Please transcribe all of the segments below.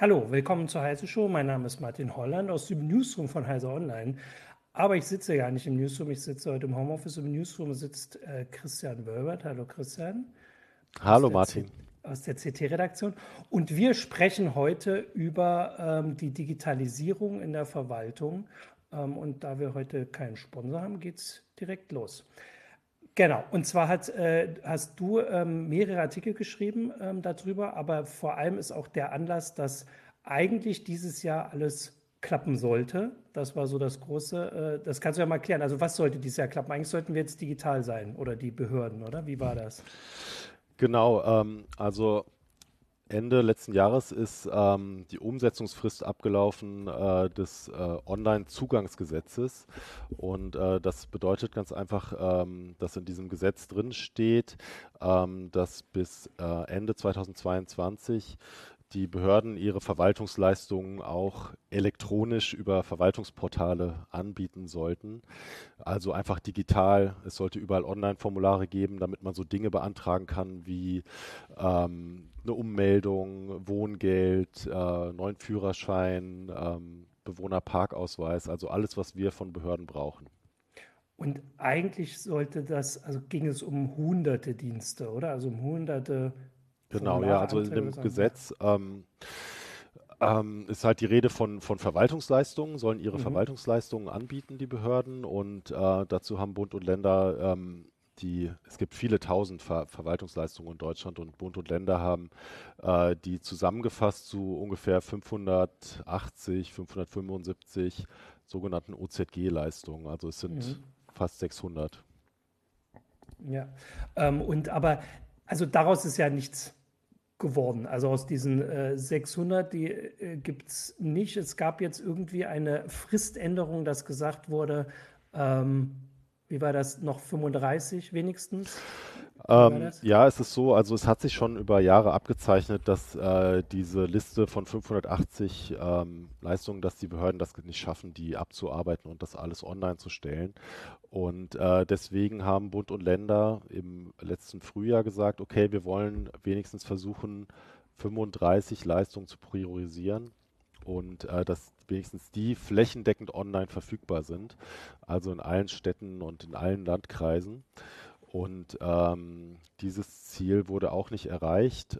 Hallo, willkommen zur Heise Show. Mein Name ist Martin Holland aus dem Newsroom von Heise Online. Aber ich sitze ja nicht im Newsroom, ich sitze heute im Homeoffice. Im Newsroom sitzt Christian Wölbert. Hallo Christian, aus Hallo der, Martin. aus der CT-Redaktion. Und wir sprechen heute über die Digitalisierung in der Verwaltung. Und da wir heute keinen Sponsor haben, geht es direkt los. Genau, und zwar hast du mehrere Artikel geschrieben darüber, aber vor allem ist auch der Anlass, dass eigentlich dieses Jahr alles klappen sollte. Das war so das Große. Das kannst du ja mal klären. Also was sollte dieses Jahr klappen? Eigentlich sollten wir jetzt digital sein oder die Behörden, oder? Wie war das? Genau, also Ende letzten Jahres ist die Umsetzungsfrist abgelaufen des Online-Zugangsgesetzes und das bedeutet ganz einfach, dass in diesem Gesetz drin steht, dass bis Ende 2022 die Behörden ihre Verwaltungsleistungen auch elektronisch über Verwaltungsportale anbieten sollten. Also einfach digital. Es sollte überall Online-Formulare geben, damit man so Dinge beantragen kann wie eine Ummeldung, Wohngeld, neuen Führerschein, Bewohnerparkausweis, also alles, was wir von Behörden brauchen. Und eigentlich sollte das, also ging es um hunderte Dienste, oder? Also um hunderte Genau, ja, Formulare, also in Anträge oder dem so. Ja. Gesetz ist halt die Rede von Verwaltungsleistungen, sollen ihre Mhm. Verwaltungsleistungen anbieten, die Behörden, und dazu haben Bund und Länder es gibt viele tausend Verwaltungsleistungen in Deutschland und Bund und Länder haben die zusammengefasst zu ungefähr 580, 575 sogenannten OZG-Leistungen. Also es sind Mhm. fast 600. Ja. Aber, also daraus ist ja nichts geworden. Also aus diesen 600, die gibt es nicht. Es gab jetzt irgendwie eine Friständerung, dass gesagt wurde, ähm, wie war das, noch 35 wenigstens? Wie war das? Ja, es ist so, also es hat sich schon über Jahre abgezeichnet, dass diese Liste von 580 Leistungen, dass die Behörden das nicht schaffen, die abzuarbeiten und das alles online zu stellen. Und deswegen haben Bund und Länder im letzten Frühjahr gesagt, okay, wir wollen wenigstens versuchen, 35 Leistungen zu priorisieren und dass wenigstens die flächendeckend online verfügbar sind, also in allen Städten und in allen Landkreisen. Und dieses Ziel wurde auch nicht erreicht.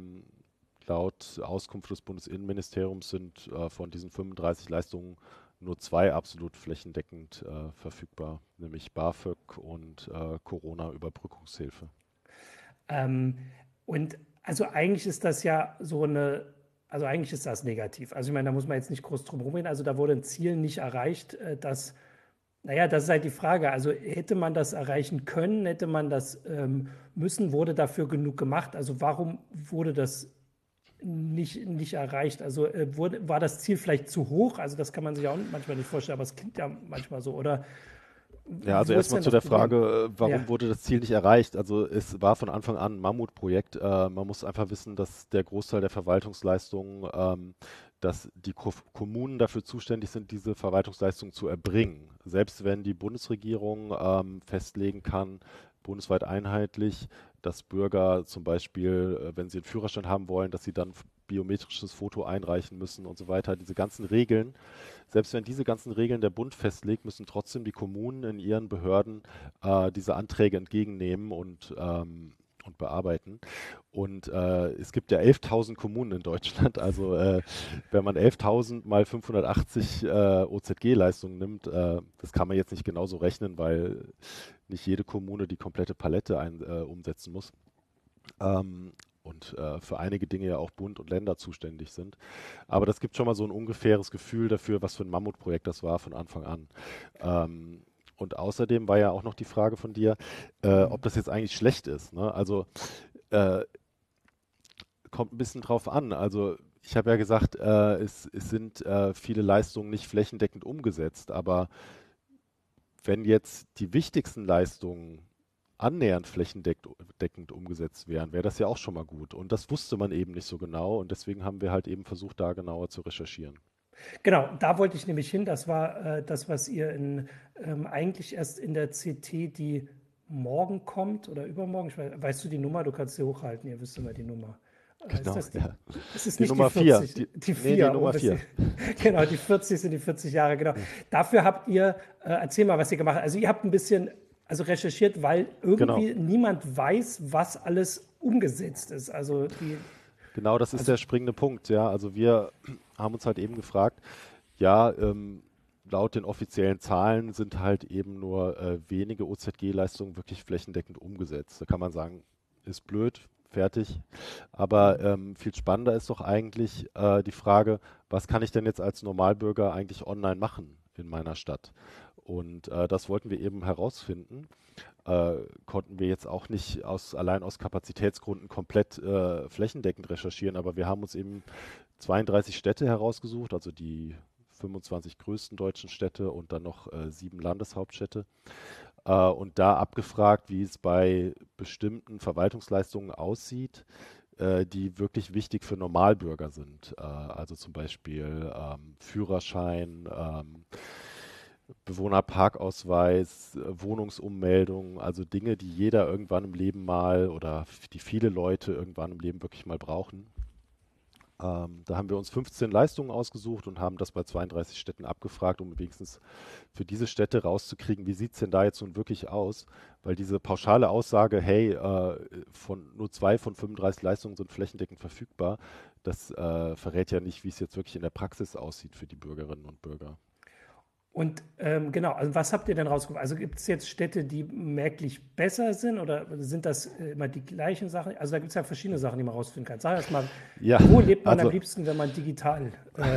Laut Auskunft des Bundesinnenministeriums sind von diesen 35 Leistungen nur zwei absolut flächendeckend verfügbar, nämlich BAföG und Corona-Überbrückungshilfe. Ähm, und also eigentlich ist das ja so eine, also eigentlich ist das negativ. Also ich meine, da muss man jetzt nicht groß drum rumreden. Also da wurde ein Ziel nicht erreicht, das. Naja, das ist halt die Frage. Also hätte man das erreichen können, hätte man das müssen, wurde dafür genug gemacht? Also warum wurde das nicht erreicht? Also war das Ziel vielleicht zu hoch? Also das kann man sich auch manchmal nicht vorstellen, aber es klingt ja manchmal so. Oder Ja, also wo ist erstmal denn zu das der Problem? Frage, Ja. warum wurde das Ziel nicht erreicht? Also es war von Anfang an ein Mammutprojekt. Man muss einfach wissen, dass der Großteil der Verwaltungsleistungen, dass die Kommunen dafür zuständig sind, diese Verwaltungsleistungen zu erbringen. Selbst wenn die Bundesregierung festlegen kann, bundesweit einheitlich, dass Bürger zum Beispiel, wenn sie einen Führerschein haben wollen, dass sie dann biometrisches Foto einreichen müssen und so weiter. Diese ganzen Regeln, selbst wenn diese ganzen Regeln der Bund festlegt, müssen trotzdem die Kommunen in ihren Behörden diese Anträge entgegennehmen und bearbeiten. Und es gibt ja 11.000 Kommunen in Deutschland. Also wenn man 11.000 mal 580 OZG-Leistungen nimmt, das kann man jetzt nicht genauso rechnen, weil nicht jede Kommune die komplette Palette umsetzen muss. Und für einige Dinge ja auch Bund und Länder zuständig sind. Aber das gibt schon mal so ein ungefähres Gefühl dafür, was für ein Mammutprojekt das war von Anfang an. Und außerdem war ja auch noch die Frage von dir, ob Mhm. das jetzt eigentlich schlecht ist. Ne? Also äh, kommt ein bisschen drauf an. Also ich habe ja gesagt, es sind viele Leistungen nicht flächendeckend umgesetzt, aber wenn jetzt die wichtigsten Leistungen annähernd flächendeckend umgesetzt wären, wäre das ja auch schon mal gut. Und das wusste man eben nicht so genau und deswegen haben wir halt eben versucht, da genauer zu recherchieren. Genau, da wollte ich nämlich hin. Das war das, was ihr eigentlich erst in der CT, die morgen kommt oder übermorgen. Weißt du die Nummer? Du kannst sie hochhalten, ihr wisst immer die Nummer. Genau, ja. Es ist Die nicht die Nummer 4. 40, die Nee, die 4. Nummer 4. Genau, die 40 sind die 40 Jahre, genau. Ja, Dafür habt ihr, erzähl mal, was ihr gemacht habt. Also ihr habt ein bisschen recherchiert, weil genau. irgendwie niemand weiß, was alles umgesetzt ist. Genau, das ist Also der springende Punkt, ja. Also wir haben uns halt eben gefragt, ja, laut den offiziellen Zahlen sind halt eben nur wenige OZG-Leistungen wirklich flächendeckend umgesetzt. Da kann man sagen, ist blöd, fertig. Aber viel spannender ist doch eigentlich die Frage, was kann ich denn jetzt als Normalbürger eigentlich online machen in meiner Stadt? Und das wollten wir eben herausfinden. Konnten wir jetzt auch nicht allein aus Kapazitätsgründen komplett flächendeckend recherchieren, aber wir haben uns eben 32 Städte herausgesucht, also die 25 größten deutschen Städte und dann noch 7 Landeshauptstädte und da abgefragt, wie es bei bestimmten Verwaltungsleistungen aussieht, die wirklich wichtig für Normalbürger sind. Also zum Beispiel Führerschein, Bewohnerparkausweis, Wohnungsummeldung, also Dinge, die jeder irgendwann im Leben mal oder die viele Leute irgendwann im Leben wirklich mal brauchen. Da haben wir uns 15 Leistungen ausgesucht und haben das bei 32 Städten abgefragt, um wenigstens für diese Städte rauszukriegen, wie sieht es denn da jetzt nun wirklich aus? Weil diese pauschale Aussage, hey, nur 2 von 35 Leistungen sind flächendeckend verfügbar, das verrät ja nicht, wie es jetzt wirklich in der Praxis aussieht für die Bürgerinnen und Bürger. Und genau, also was habt ihr denn rausgefunden? Also gibt es jetzt Städte, die merklich besser sind oder sind das immer die gleichen Sachen? Also da gibt es ja verschiedene Sachen, die man rausfinden kann. Sag erst mal, Ja, wo lebt man am also liebsten, wenn man digital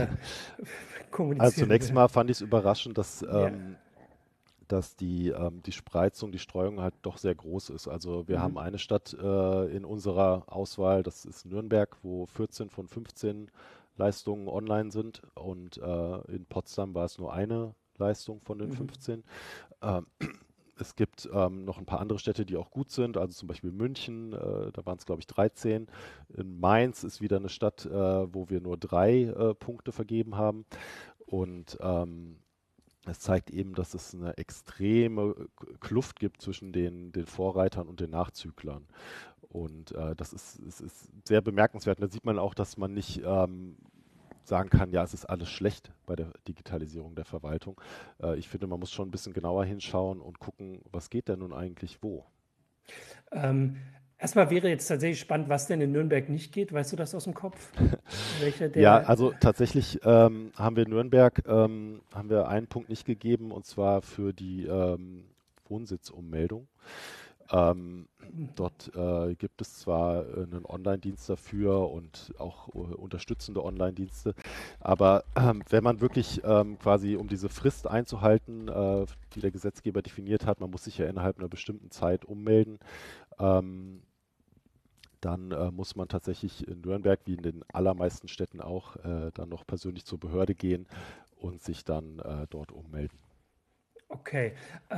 Also kommunizieren zunächst will? mal fand ich es überraschend, Ja. dass die Spreizung, die Streuung halt doch sehr groß ist. Also wir haben Mhm. eine Stadt in unserer Auswahl, das ist Nürnberg, wo 14 von 15 Leistungen online sind und in Potsdam war es nur eine Leistung von den Mhm. 15. Ähm, Es gibt noch ein paar andere Städte, die auch gut sind, also zum Beispiel München, da waren es glaube ich 13. In Mainz ist wieder eine Stadt, wo wir nur 3 Punkte vergeben haben. Und es zeigt eben, dass es eine extreme Kluft gibt zwischen den Vorreitern und den Nachzüglern. Und es ist sehr bemerkenswert. Und da sieht man auch, dass man nicht sagen kann, ja, es ist alles schlecht bei der Digitalisierung der Verwaltung. Ich finde, man muss schon ein bisschen genauer hinschauen und gucken, was geht denn nun eigentlich wo. Ähm, erstmal wäre jetzt tatsächlich spannend, was denn in Nürnberg nicht geht. Weißt du das aus dem Kopf? Welcher Ja, der. also tatsächlich haben wir in Nürnberg haben wir einen Punkt nicht gegeben, und zwar für die Wohnsitzummeldung. Ähm, dort gibt es zwar einen Online-Dienst dafür und auch unterstützende Online-Dienste, aber wenn man wirklich quasi, um diese Frist einzuhalten, die der Gesetzgeber definiert hat, man muss sich ja innerhalb einer bestimmten Zeit ummelden, ähm, dann muss man tatsächlich in Nürnberg, wie in den allermeisten Städten auch, dann noch persönlich zur Behörde gehen und sich dann dort ummelden. Okay.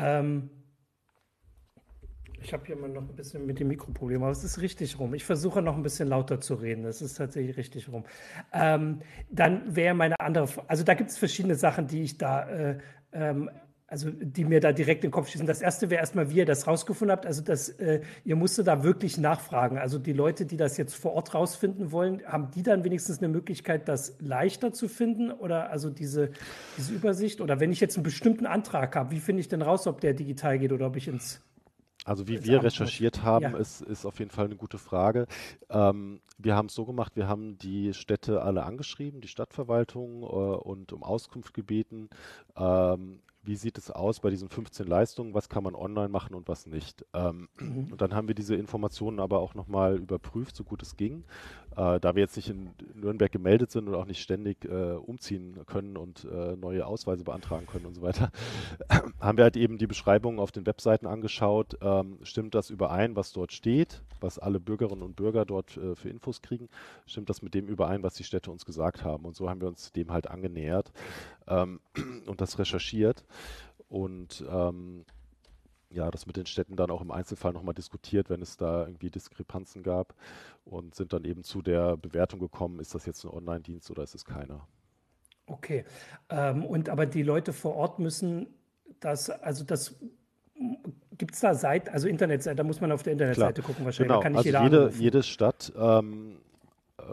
Ich habe hier mal noch ein bisschen mit dem Mikroproblem, aber es ist richtig rum. Ich versuche noch ein bisschen lauter zu reden. Es ist tatsächlich richtig rum. Dann wäre meine also da gibt es verschiedene Sachen, die ich da, also die mir da direkt in den Kopf schießen. Das erste wäre erstmal, wie ihr das rausgefunden habt. Also ihr musstet da wirklich nachfragen. Also die Leute, die das jetzt vor Ort rausfinden wollen, haben die dann wenigstens eine Möglichkeit, das leichter zu finden? Oder also diese Übersicht? Oder wenn ich jetzt einen bestimmten Antrag habe, wie finde ich denn raus, ob der digital geht oder ob ich Also wie ins wir Amt muss? recherchiert haben, Ja. ist auf jeden Fall eine gute Frage. Wir haben es so gemacht, wir haben die Städte alle angeschrieben, die Stadtverwaltung, und um Auskunft gebeten. Wie sieht es aus bei diesen 15 Leistungen? Was kann man online machen und was nicht? Mhm. Und dann haben wir diese Informationen aber auch nochmal überprüft, so gut es ging. Da wir jetzt nicht in Nürnberg gemeldet sind und auch nicht ständig umziehen können und neue Ausweise beantragen können und so weiter, haben wir halt eben die Beschreibungen auf den Webseiten angeschaut. Stimmt das überein, was dort steht, was alle Bürgerinnen und Bürger dort für Infos kriegen? Stimmt das mit dem überein, was die Städte uns gesagt haben? Und so haben wir uns dem halt angenähert ähm, und das recherchiert und ja, das mit den Städten dann auch im Einzelfall nochmal diskutiert, wenn es da irgendwie Diskrepanzen gab, und sind dann eben zu der Bewertung gekommen, ist das jetzt ein Online-Dienst oder ist es keiner? Okay. Und aber die Leute vor Ort müssen also das gibt es da Seiten, also Internetseite, da muss man auf der Klar, Internetseite gucken wahrscheinlich, da genau. kann nicht Also jeder anrufen. jede Stadt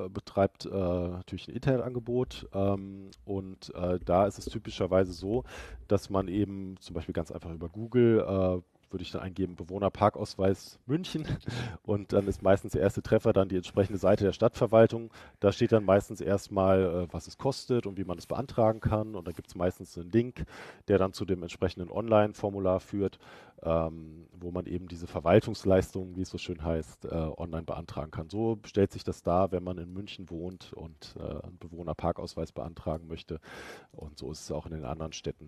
betreibt natürlich ein Internetangebot und da ist es typischerweise so, dass man eben zum Beispiel ganz einfach über Google würde ich dann eingeben Bewohnerparkausweis München und dann ist meistens der erste Treffer dann die entsprechende Seite der Stadtverwaltung. Da steht dann meistens erstmal, was es kostet und wie man es beantragen kann und da gibt es meistens einen Link, der dann zu dem entsprechenden Online-Formular führt, wo man eben diese Verwaltungsleistungen, wie es so schön heißt, online beantragen kann. So stellt sich das dar, wenn man in München wohnt und einen Bewohnerparkausweis beantragen möchte und so ist es auch in den anderen Städten.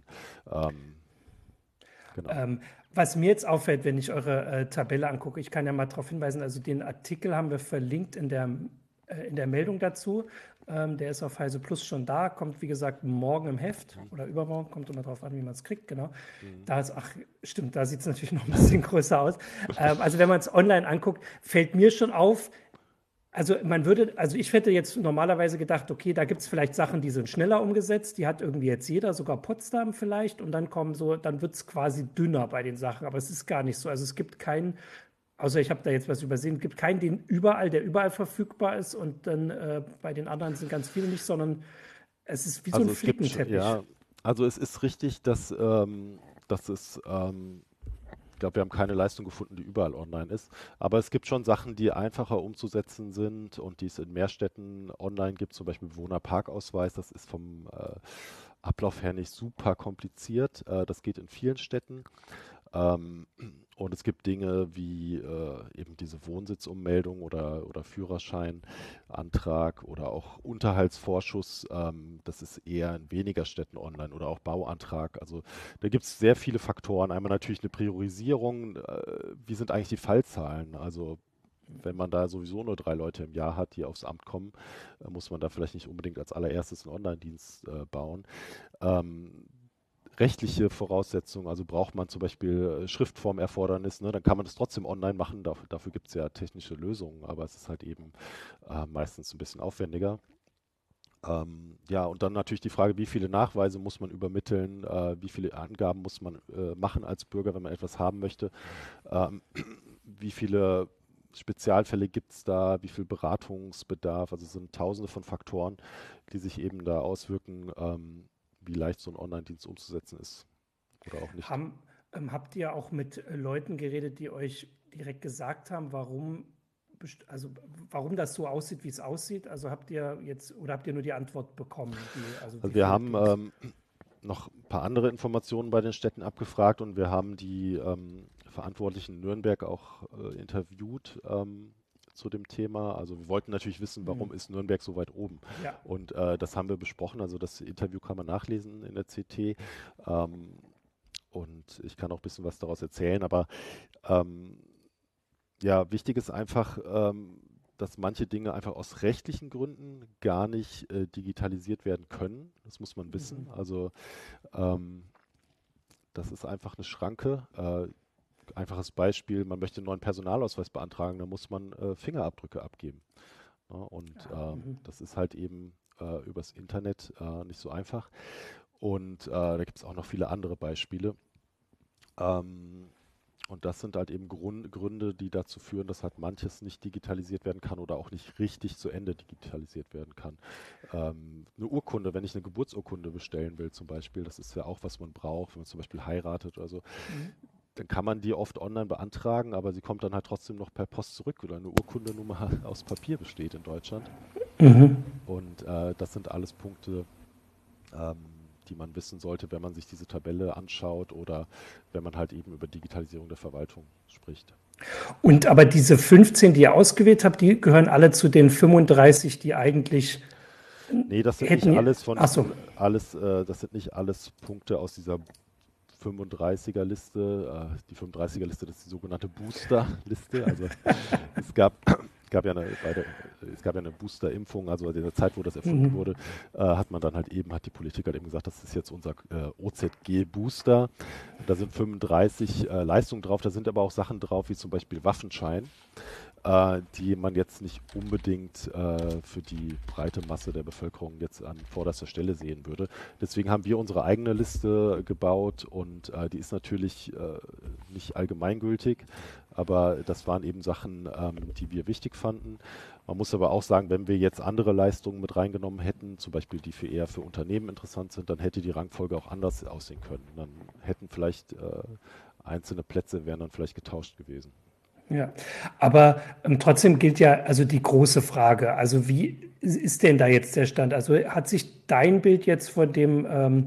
Genau. Was mir jetzt auffällt, wenn ich eure Tabelle angucke, ich kann ja mal darauf hinweisen, also den Artikel haben wir verlinkt in der Meldung dazu. Der ist auf Heise Plus schon da, kommt wie gesagt morgen im Heft oder übermorgen, kommt immer darauf an, wie man es kriegt, genau. Stimmt, da sieht es natürlich noch ein bisschen größer aus. Also wenn man es online anguckt, fällt mir schon auf, also ich hätte jetzt normalerweise gedacht, okay, da gibt es vielleicht Sachen, die sind schneller umgesetzt, die hat irgendwie jetzt jeder, sogar Potsdam vielleicht, und dann dann wird es quasi dünner bei den Sachen, aber es ist gar nicht so. Also es gibt keinen, außer ich habe da jetzt was übersehen, es gibt keinen, der überall verfügbar ist und dann bei den anderen sind ganz viele nicht, sondern es ist wie so ein Also es gibt Flickenteppich. ja, also es ist richtig, dass es ich glaube, wir haben keine Leistung gefunden, die überall online ist. Aber es gibt schon Sachen, die einfacher umzusetzen sind und die es in mehr Städten online gibt, zum Beispiel Bewohnerparkausweis. Das ist vom Ablauf her nicht super kompliziert. Das geht in vielen Städten. Ähm, und es gibt Dinge wie eben diese Wohnsitzummeldung oder Führerscheinantrag oder auch Unterhaltsvorschuss. Das ist eher in weniger Städten online oder auch Bauantrag. Also da gibt es sehr viele Faktoren. Einmal natürlich eine Priorisierung. Wie sind eigentlich die Fallzahlen? Also wenn man da sowieso nur 3 Leute im Jahr hat, die aufs Amt kommen, muss man da vielleicht nicht unbedingt als allererstes einen Online-Dienst bauen. Ähm, Rechtliche Voraussetzungen, also braucht man zum Beispiel Schriftformerfordernis, ne, dann kann man das trotzdem online machen, dafür gibt es ja technische Lösungen, aber es ist halt eben meistens ein bisschen aufwendiger. Ja, und dann natürlich die Frage, wie viele Nachweise muss man übermitteln, wie viele Angaben muss man machen als Bürger, wenn man etwas haben möchte, wie viele Spezialfälle gibt es da, wie viel Beratungsbedarf, also es sind tausende von Faktoren, die sich eben da auswirken, wie leicht so ein Online-Dienst umzusetzen ist oder auch nicht. Habt ihr auch mit Leuten geredet, die euch direkt gesagt haben, warum das so aussieht, wie es aussieht? Also habt ihr nur die Antwort bekommen? Also wir haben noch ein paar andere Informationen bei den Städten abgefragt und wir haben die Verantwortlichen in Nürnberg auch interviewt zu dem Thema. Also wir wollten natürlich wissen, warum ist Nürnberg so weit oben? Ja. Und das haben wir besprochen. Also das Interview kann man nachlesen in der CT. Und ich kann auch ein bisschen was daraus erzählen. Aber ja, wichtig ist einfach, dass manche Dinge einfach aus rechtlichen Gründen gar nicht digitalisiert werden können. Das muss man wissen. Also das ist einfach eine Schranke. Einfaches Beispiel, man möchte einen neuen Personalausweis beantragen, da muss man Fingerabdrücke abgeben. Ja, und das ist halt eben übers Internet nicht so einfach. Und da gibt es auch noch viele andere Beispiele. Und das sind halt eben Gründe, die dazu führen, dass halt manches nicht digitalisiert werden kann oder auch nicht richtig zu Ende digitalisiert werden kann. Eine Urkunde, wenn ich eine Geburtsurkunde bestellen will zum Beispiel, das ist ja auch, was man braucht, wenn man zum Beispiel heiratet oder so, dann kann man die oft online beantragen, aber sie kommt dann halt trotzdem noch per Post zurück oder eine Urkundennummer aus Papier besteht in Deutschland. Und das sind alles Punkte, die man wissen sollte, wenn man sich diese Tabelle anschaut oder wenn man halt eben über Digitalisierung der Verwaltung spricht. Und aber diese 15, die ihr ausgewählt habt, die gehören alle zu den 35, die eigentlich Nee, das sind hätten. nicht alles von Ach so. das sind nicht alles Punkte aus dieser 35er-Liste. Die 35er-Liste, das ist die sogenannte Booster-Liste. Also es gab ja eine Booster-Impfung, also in der Zeit, wo das erfunden wurde, hat die Politik halt eben gesagt, das ist jetzt unser OZG-Booster. Da sind 35 Leistungen drauf, da sind aber auch Sachen drauf, wie zum Beispiel Waffenschein, die man jetzt nicht unbedingt für die breite Masse der Bevölkerung jetzt an vorderster Stelle sehen würde. Deswegen haben wir unsere eigene Liste gebaut und die ist natürlich nicht allgemeingültig. aber das waren eben Sachen, die wir wichtig fanden. Man muss aber auch sagen, wenn wir jetzt andere Leistungen mit reingenommen hätten, zum Beispiel die eher für Unternehmen interessant sind, dann hätte die Rangfolge auch anders aussehen können. Dann hätten vielleicht einzelne Plätze wären dann vielleicht getauscht gewesen. Ja, aber trotzdem gilt ja also die große Frage, also wie ist denn da jetzt der Stand? Also hat sich dein Bild jetzt von dem,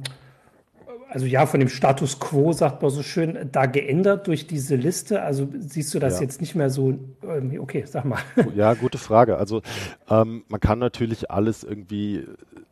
also ja, von dem Status quo, sagt man so schön, da geändert durch diese Liste? Also siehst du das Ja. jetzt nicht mehr so, okay, sag mal. Ja, gute Frage. Also man kann natürlich alles irgendwie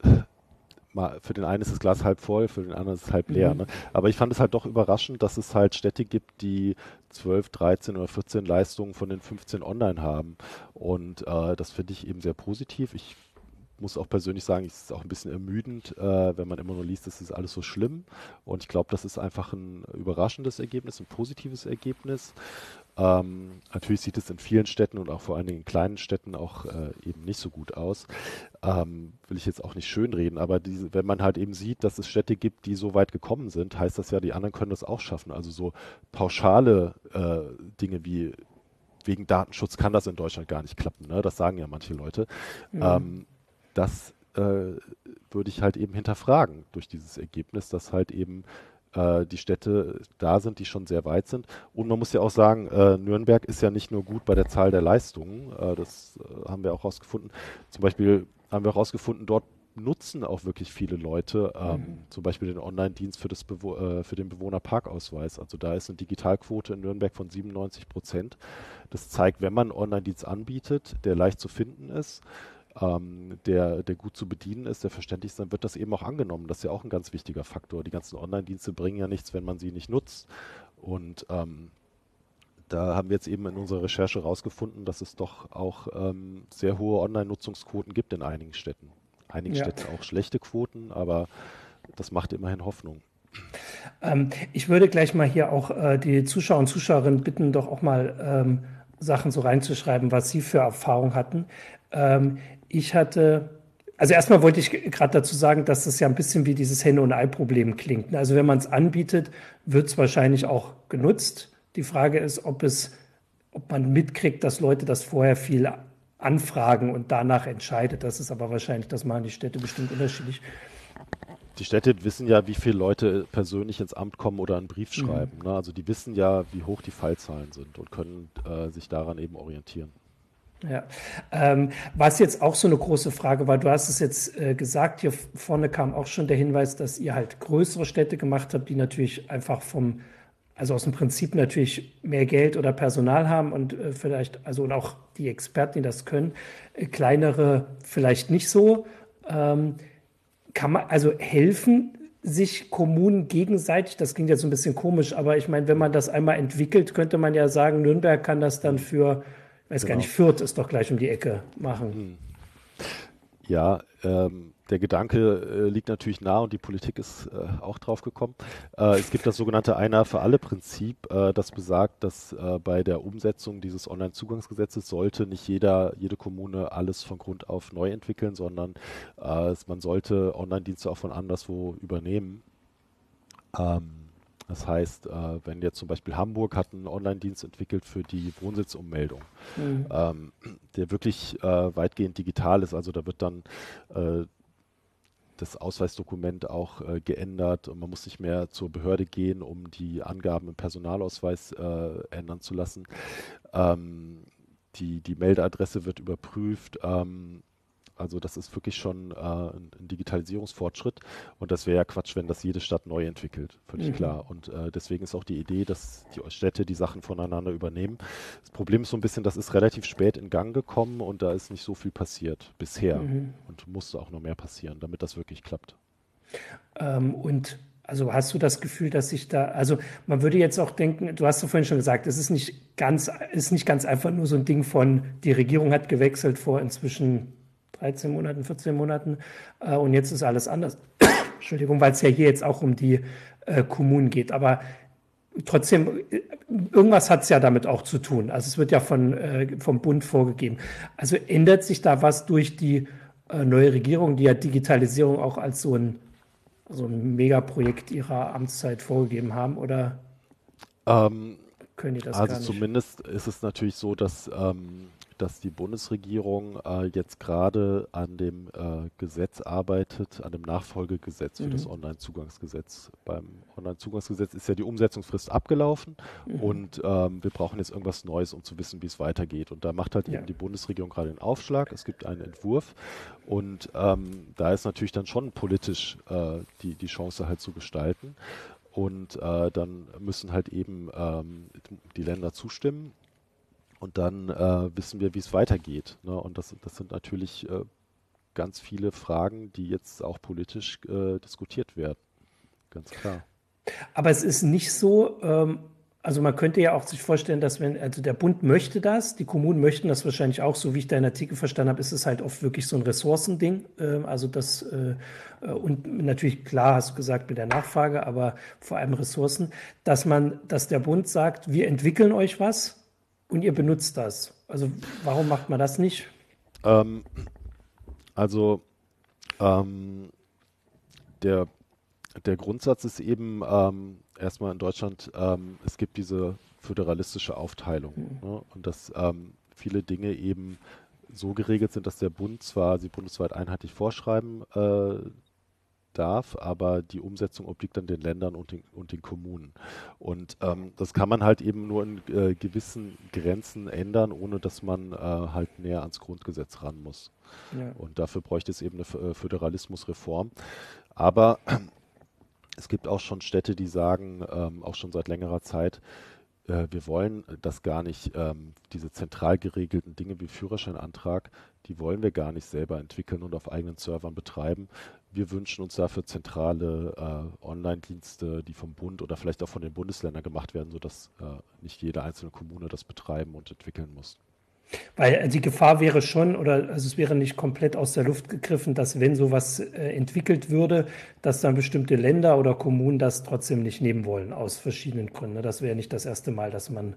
mal, für den einen ist das Glas halb voll, für den anderen ist es halb leer. Mhm. Ne? Aber ich fand es halt doch überraschend, dass es halt Städte gibt, die 12, 13 oder 14 Leistungen von den 15 online haben. Und das finde ich eben sehr positiv. Ich muss auch persönlich sagen, es ist auch ein bisschen ermüdend, wenn man immer nur liest, das ist alles so schlimm. Und ich glaube, das ist einfach ein überraschendes Ergebnis, ein positives Ergebnis. Natürlich sieht es in vielen Städten und auch vor allen Dingen in kleinen Städten auch eben nicht so gut aus. Will ich jetzt auch nicht schönreden, aber wenn man halt eben sieht, dass es Städte gibt, die so weit gekommen sind, heißt das ja, die anderen können das auch schaffen. Also so pauschale Dinge wie wegen Datenschutz kann das in Deutschland gar nicht klappen. Ne? Das sagen ja manche Leute. Mhm. Das würde ich halt eben hinterfragen durch dieses Ergebnis, dass halt eben die Städte da sind, die schon sehr weit sind. Und man muss ja auch sagen, Nürnberg ist ja nicht nur gut bei der Zahl der Leistungen, das haben wir auch rausgefunden. Zum Beispiel haben wir auch rausgefunden, dort nutzen auch wirklich viele Leute, Mhm. zum Beispiel den Online-Dienst für den Bewohnerparkausweis. Also da ist eine Digitalquote in Nürnberg von 97%. Das zeigt, wenn man einen Online-Dienst anbietet, der leicht zu finden ist, der gut zu bedienen ist, der verständlich ist, dann wird das eben auch angenommen. Das ist ja auch ein ganz wichtiger Faktor. Die ganzen Online-Dienste bringen ja nichts, wenn man sie nicht nutzt. Und da haben wir jetzt eben in unserer Recherche herausgefunden, dass es doch auch sehr hohe Online-Nutzungsquoten gibt in einigen Städten. Einigen Ja. Städten auch schlechte Quoten, aber das macht immerhin Hoffnung. Ich würde gleich mal hier auch die Zuschauer und Zuschauerinnen bitten, doch auch mal Sachen so reinzuschreiben, was sie für Erfahrung hatten. Ähm, ich hatte, also erstmal wollte ich gerade dazu sagen, dass das ja ein bisschen wie dieses Henne- und Ei-Problem klingt. Also wenn man es anbietet, wird es wahrscheinlich auch genutzt. Die Frage ist, ob man mitkriegt, dass Leute das vorher viel anfragen und danach entscheidet. Das ist aber wahrscheinlich, das machen die Städte bestimmt unterschiedlich. Die Städte wissen ja, wie viele Leute persönlich ins Amt kommen oder einen Brief Mhm. schreiben. Ne? Also die wissen ja, wie hoch die Fallzahlen sind und können sich daran eben orientieren. Ja, was jetzt auch so eine große Frage war, du hast es jetzt gesagt, hier vorne kam auch schon der Hinweis, dass ihr halt größere Städte gemacht habt, die natürlich einfach also aus dem Prinzip natürlich mehr Geld oder Personal haben und vielleicht, also und auch die Experten, die das können, kleinere vielleicht nicht so. Ähm, kann man also helfen sich Kommunen gegenseitig? Das klingt jetzt so ein bisschen komisch, aber ich meine, wenn man Hm. das einmal entwickelt, könnte man ja sagen, Nürnberg kann das dann Hm. für, ich weiß gar nicht, Genau. Fürth ist doch gleich um die Ecke machen. Hm. Ja, der Gedanke liegt natürlich nah und die Politik ist auch drauf gekommen. Es gibt das sogenannte Einer für alle Prinzip, das besagt, dass bei der Umsetzung dieses Onlinezugangsgesetzes sollte nicht jede Kommune alles von Grund auf neu entwickeln, sondern man sollte Online-Dienste auch von anderswo übernehmen. Ähm, Das heißt, wenn jetzt zum Beispiel Hamburg hat einen Online-Dienst entwickelt für die Wohnsitzummeldung, Mhm. ähm, der wirklich weitgehend digital ist. Also da wird dann äh, das Ausweisdokument auch geändert und man muss nicht mehr zur Behörde gehen, um die Angaben im Personalausweis ändern zu lassen. Die Meldeadresse wird überprüft. Also das ist wirklich schon ein Digitalisierungsfortschritt und das wäre ja Quatsch, wenn das jede Stadt neu entwickelt, völlig Mhm. klar. Und deswegen ist auch die Idee, dass die Städte die Sachen voneinander übernehmen. Das Problem ist so ein bisschen, das ist relativ spät in Gang gekommen und da ist nicht so viel passiert bisher Mhm. und musste auch noch mehr passieren, damit das wirklich klappt. Und also hast du das Gefühl, dass sich da, also man würde jetzt auch denken, du hast ja vorhin schon gesagt, es ist nicht ganz einfach nur so ein Ding von, die Regierung hat gewechselt vor inzwischen 13 Monaten, 14 Monaten, und jetzt ist alles anders. Entschuldigung, weil es ja hier jetzt auch um die Kommunen geht. Aber trotzdem, irgendwas hat es ja damit auch zu tun. Also es wird ja vom Bund vorgegeben. Also ändert sich da was durch die neue Regierung, die ja Digitalisierung auch als so ein Megaprojekt ihrer Amtszeit vorgegeben haben, oder? Ähm, können die das Also gar nicht. zumindest ist es natürlich so, dass die Bundesregierung jetzt gerade an dem Gesetz arbeitet, an dem Nachfolgegesetz für das Mhm. Onlinezugangsgesetz. Beim Onlinezugangsgesetz ist ja die Umsetzungsfrist abgelaufen Mhm. und wir brauchen jetzt irgendwas Neues, um zu wissen, wie es weitergeht. Und da macht halt Ja. eben die Bundesregierung gerade den Aufschlag. Es gibt einen Entwurf und da ist natürlich dann schon politisch die Chance halt zu gestalten. Und dann müssen halt eben die Länder zustimmen und dann wissen wir, wie es weitergeht. Ne? Und das sind natürlich ganz viele Fragen, die jetzt auch politisch diskutiert werden. Ganz klar. Aber es ist nicht so, also man könnte ja auch sich vorstellen, dass wenn, also der Bund möchte das, die Kommunen möchten das wahrscheinlich auch, so wie ich deinen Artikel verstanden habe, ist es halt oft wirklich so ein Ressourcending. Also das, und natürlich, klar, hast du gesagt, mit der Nachfrage, aber vor allem Ressourcen, dass der Bund sagt, wir entwickeln euch was und ihr benutzt das. Also warum macht man das nicht? Ähm, also ähm, der, der Grundsatz ist eben erstmal in Deutschland, es gibt diese föderalistische Aufteilung. Ne? Und dass viele Dinge eben so geregelt sind, dass der Bund zwar sie bundesweit einheitlich vorschreiben darf, aber die Umsetzung obliegt dann den Ländern und den Kommunen. Und das kann man halt eben nur in gewissen Grenzen ändern, ohne dass man halt näher ans Grundgesetz ran muss. Ja. Und dafür bräuchte es eben eine Föderalismusreform. Aber es gibt auch schon Städte, die sagen, auch schon seit längerer Zeit, wir wollen das gar nicht, diese zentral geregelten Dinge wie Führerscheinantrag, die wollen wir gar nicht selber entwickeln und auf eigenen Servern betreiben. Wir wünschen uns dafür zentrale Online-Dienste, die vom Bund oder vielleicht auch von den Bundesländern gemacht werden, sodass nicht jede einzelne Kommune das betreiben und entwickeln muss. Weil die Gefahr wäre schon, oder also es wäre nicht komplett aus der Luft gegriffen, dass wenn sowas entwickelt würde, dass dann bestimmte Länder oder Kommunen das trotzdem nicht nehmen wollen, aus verschiedenen Gründen. Ne? Das wäre nicht das erste Mal, dass man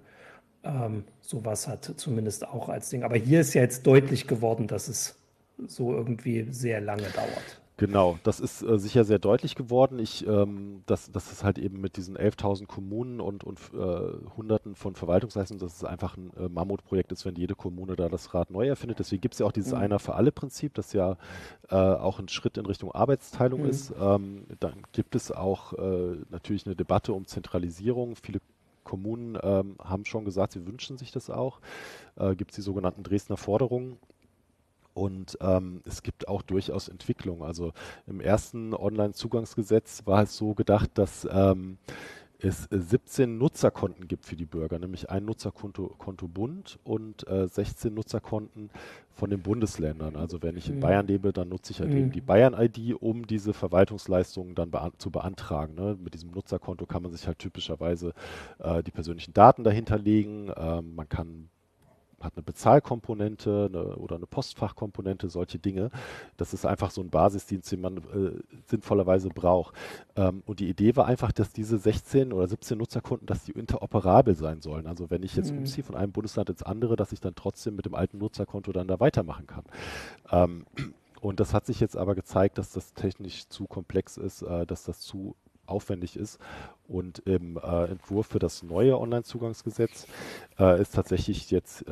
sowas hat, zumindest auch als Ding. Aber hier ist ja jetzt deutlich geworden, dass es so irgendwie sehr lange dauert. Genau, das ist sicher sehr deutlich geworden. Dass es halt eben mit diesen 11.000 Kommunen und Hunderten von Verwaltungsleistungen, dass es einfach ein Mammutprojekt ist, wenn jede Kommune da das Rad neu erfindet. Deswegen gibt es ja auch dieses Mhm. Einer für alle Prinzip, das ja auch ein Schritt in Richtung Arbeitsteilung Mhm. ist. Dann gibt es auch natürlich eine Debatte um Zentralisierung. Viele Kommunen haben schon gesagt, sie wünschen sich das auch. Gibt es die sogenannten Dresdner Forderungen. Und es gibt auch durchaus Entwicklung. Also im ersten Online-Zugangsgesetz war es so gedacht, dass es 17 Nutzerkonten gibt für die Bürger, nämlich ein Nutzerkonto Bund und 16 Nutzerkonten von den Bundesländern. Also wenn ich in Bayern lebe, dann nutze ich halt eben Mhm. die Bayern-ID, um diese Verwaltungsleistungen dann zu beantragen. Ne? Mit diesem Nutzerkonto kann man sich halt typischerweise die persönlichen Daten dahinterlegen. Man hat eine Bezahlkomponente oder eine Postfachkomponente, solche Dinge. Das ist einfach so ein Basisdienst, den man sinnvollerweise braucht. Und die Idee war einfach, dass diese 16 oder 17 Nutzerkunden, dass die interoperabel sein sollen. Also wenn ich jetzt Mhm. umziehe von einem Bundesland ins andere, dass ich dann trotzdem mit dem alten Nutzerkonto dann da weitermachen kann. Ähm, und das hat sich jetzt aber gezeigt, dass das technisch zu komplex ist, dass das zu aufwendig ist. Und im Entwurf für das neue Onlinezugangsgesetz ist tatsächlich jetzt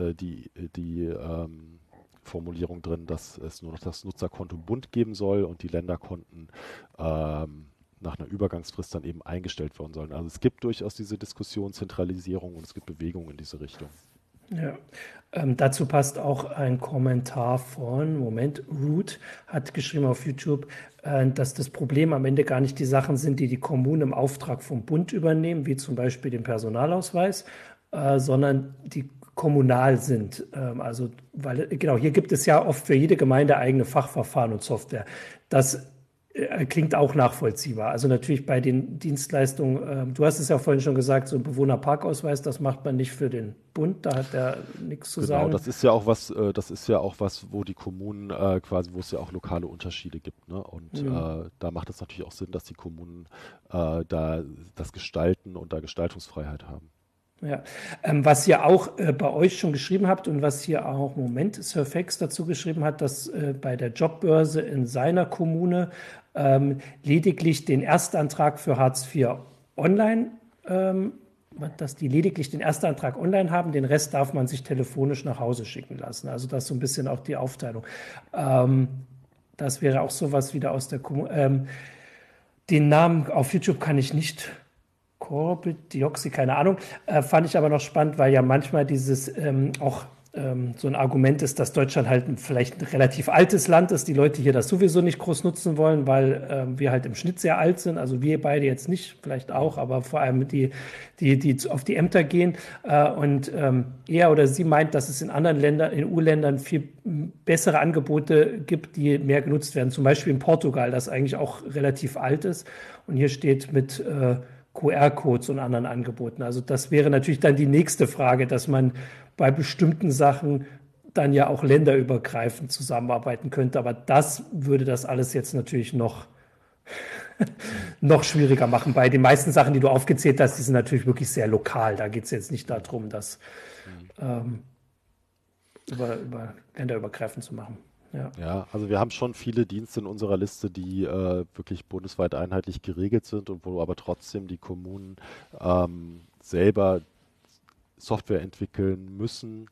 die Formulierung drin, dass es nur noch das Nutzerkonto Bund geben soll und die Länderkonten nach einer Übergangsfrist dann eben eingestellt werden sollen. Also es gibt durchaus diese Diskussion, Zentralisierung und es gibt Bewegungen in diese Richtung. Ja. Dazu passt auch ein Kommentar von, Moment, Root hat geschrieben auf YouTube, dass das Problem am Ende gar nicht die Sachen sind, die die Kommunen im Auftrag vom Bund übernehmen, wie zum Beispiel den Personalausweis, sondern die kommunal sind. Also, weil, genau, hier gibt es ja oft für jede Gemeinde eigene Fachverfahren und Software. Das klingt auch nachvollziehbar. Also natürlich bei den Dienstleistungen, du hast es ja vorhin schon gesagt, so ein Bewohnerparkausweis, das macht man nicht für den Bund, da hat der nichts zu Genau, sagen. das ist ja auch was, wo die Kommunen quasi, wo es ja auch lokale Unterschiede gibt, ne? Und Hm. da macht es natürlich auch Sinn, dass die Kommunen da das gestalten und da Gestaltungsfreiheit haben. Ja. Was ihr auch bei euch schon geschrieben habt und was hier auch, Moment, Surfax dazu geschrieben hat, dass bei der Jobbörse in seiner Kommune lediglich den Erstantrag für Hartz IV online dass die lediglich den Erstantrag online haben, den Rest darf man sich telefonisch nach Hause schicken lassen. Also das ist so ein bisschen auch die Aufteilung. Ähm, Das wäre auch sowas wieder aus der den Namen auf YouTube kann ich nicht, Corbett-Dioxy, keine Ahnung, fand ich aber noch spannend, weil ja manchmal dieses auch so ein Argument ist, dass Deutschland halt vielleicht ein relativ altes Land ist, die Leute hier das sowieso nicht groß nutzen wollen, weil wir halt im Schnitt sehr alt sind, also wir beide jetzt nicht, vielleicht auch, aber vor allem die auf die Ämter gehen und er oder sie meint, dass es in anderen Ländern, in EU-Ländern viel bessere Angebote gibt, die mehr genutzt werden, zum Beispiel in Portugal, das eigentlich auch relativ alt ist und hier steht mit QR-Codes und anderen Angeboten. Also das wäre natürlich dann die nächste Frage, dass man bei bestimmten Sachen dann ja auch länderübergreifend zusammenarbeiten könnte. Aber das würde das alles jetzt natürlich noch schwieriger machen. Bei den meisten Sachen, die du aufgezählt hast, die sind natürlich wirklich sehr lokal. Da geht es jetzt nicht darum, das über länderübergreifend zu machen. Ja. Ja, also wir haben schon viele Dienste in unserer Liste, die wirklich bundesweit einheitlich geregelt sind und wo aber trotzdem die Kommunen selber Software entwickeln müssen,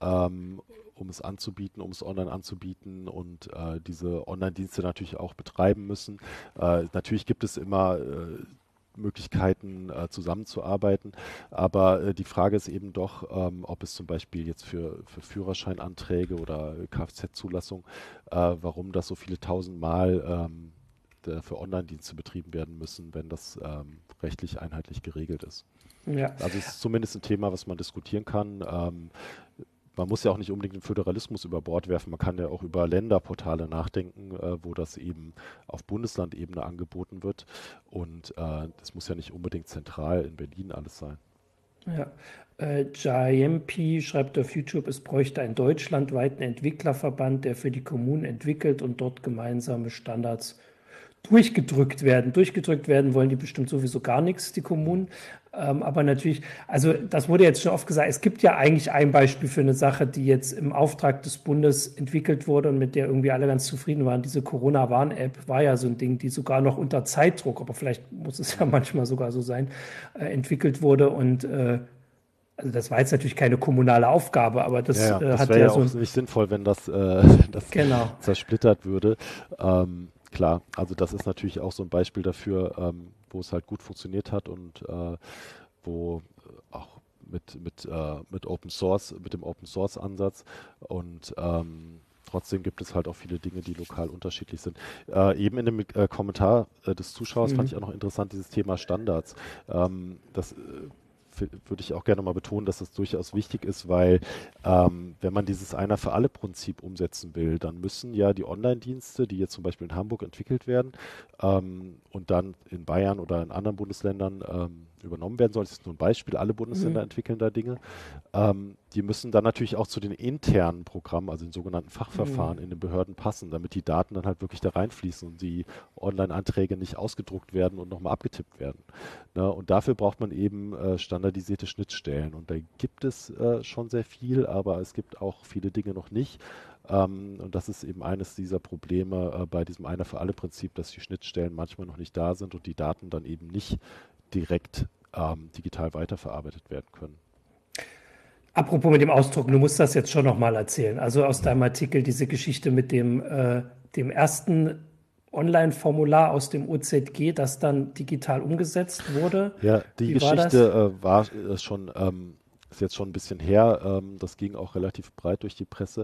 um es anzubieten, um es online anzubieten und diese Online-Dienste natürlich auch betreiben müssen. Natürlich gibt es immer Möglichkeiten zusammenzuarbeiten, aber die Frage ist eben doch, ob es zum Beispiel jetzt für Führerscheinanträge oder Kfz-Zulassung, warum das so viele tausendmal für Online-Dienste betrieben werden müssen, wenn das rechtlich einheitlich geregelt ist. Ja. Also es ist zumindest ein Thema, was man diskutieren kann. Man muss ja auch nicht unbedingt den Föderalismus über Bord werfen. Man kann ja auch über Länderportale nachdenken, wo das eben auf Bundeslandebene angeboten wird. Und das muss ja nicht unbedingt zentral in Berlin alles sein. Ja. JMP schreibt auf YouTube, es bräuchte einen deutschlandweiten Entwicklerverband, der für die Kommunen entwickelt und dort gemeinsame Standards durchgedrückt werden. Durchgedrückt werden wollen die bestimmt sowieso gar nichts, die Kommunen. Aber natürlich, also das wurde jetzt schon oft gesagt, es gibt ja eigentlich ein Beispiel für eine Sache, die jetzt im Auftrag des Bundes entwickelt wurde und mit der irgendwie alle ganz zufrieden waren. Diese Corona-Warn-App war ja so ein Ding, die sogar noch unter Zeitdruck, aber vielleicht muss es ja manchmal sogar so sein, entwickelt wurde und also das war jetzt natürlich keine kommunale Aufgabe, aber das Das hat wäre ja ja so auch ein, nicht sinnvoll, wenn das genau. zersplittert würde. Klar, also das ist natürlich auch so ein Beispiel dafür, wo es halt gut funktioniert hat und wo auch mit Open Source, mit dem Open Source Ansatz und trotzdem gibt es halt auch viele Dinge, die lokal unterschiedlich sind. Eben in dem Kommentar des Zuschauers fand ich auch noch interessant dieses Thema Standards. Das würde ich auch gerne mal betonen, dass das durchaus wichtig ist, weil wenn man dieses Einer für alle Prinzip umsetzen will, dann müssen ja die Online-Dienste, die jetzt zum Beispiel in Hamburg entwickelt werden und dann in Bayern oder in anderen Bundesländern übernommen werden sollen, das ist nur ein Beispiel, alle Bundesländer entwickeln da Dinge, die müssen dann natürlich auch zu den internen Programmen, also den sogenannten Fachverfahren in den Behörden passen, damit die Daten dann halt wirklich da reinfließen und die Online-Anträge nicht ausgedruckt werden und nochmal abgetippt werden. Ne? Und dafür braucht man eben standardisierte Schnittstellen. Und da gibt es schon sehr viel, aber es gibt auch viele Dinge noch nicht. Und das ist eben eines dieser Probleme bei diesem Einer für alle Prinzip, dass die Schnittstellen manchmal noch nicht da sind und die Daten dann eben nicht direkt digital weiterverarbeitet werden können. Apropos mit dem Ausdruck, du musst das jetzt schon nochmal erzählen. Also aus deinem Artikel diese Geschichte mit dem ersten Online-Formular aus dem OZG, das dann digital umgesetzt wurde. Ja, die Wie war das? Geschichte war schon, ist jetzt schon ein bisschen her, das ging auch relativ breit durch die Presse,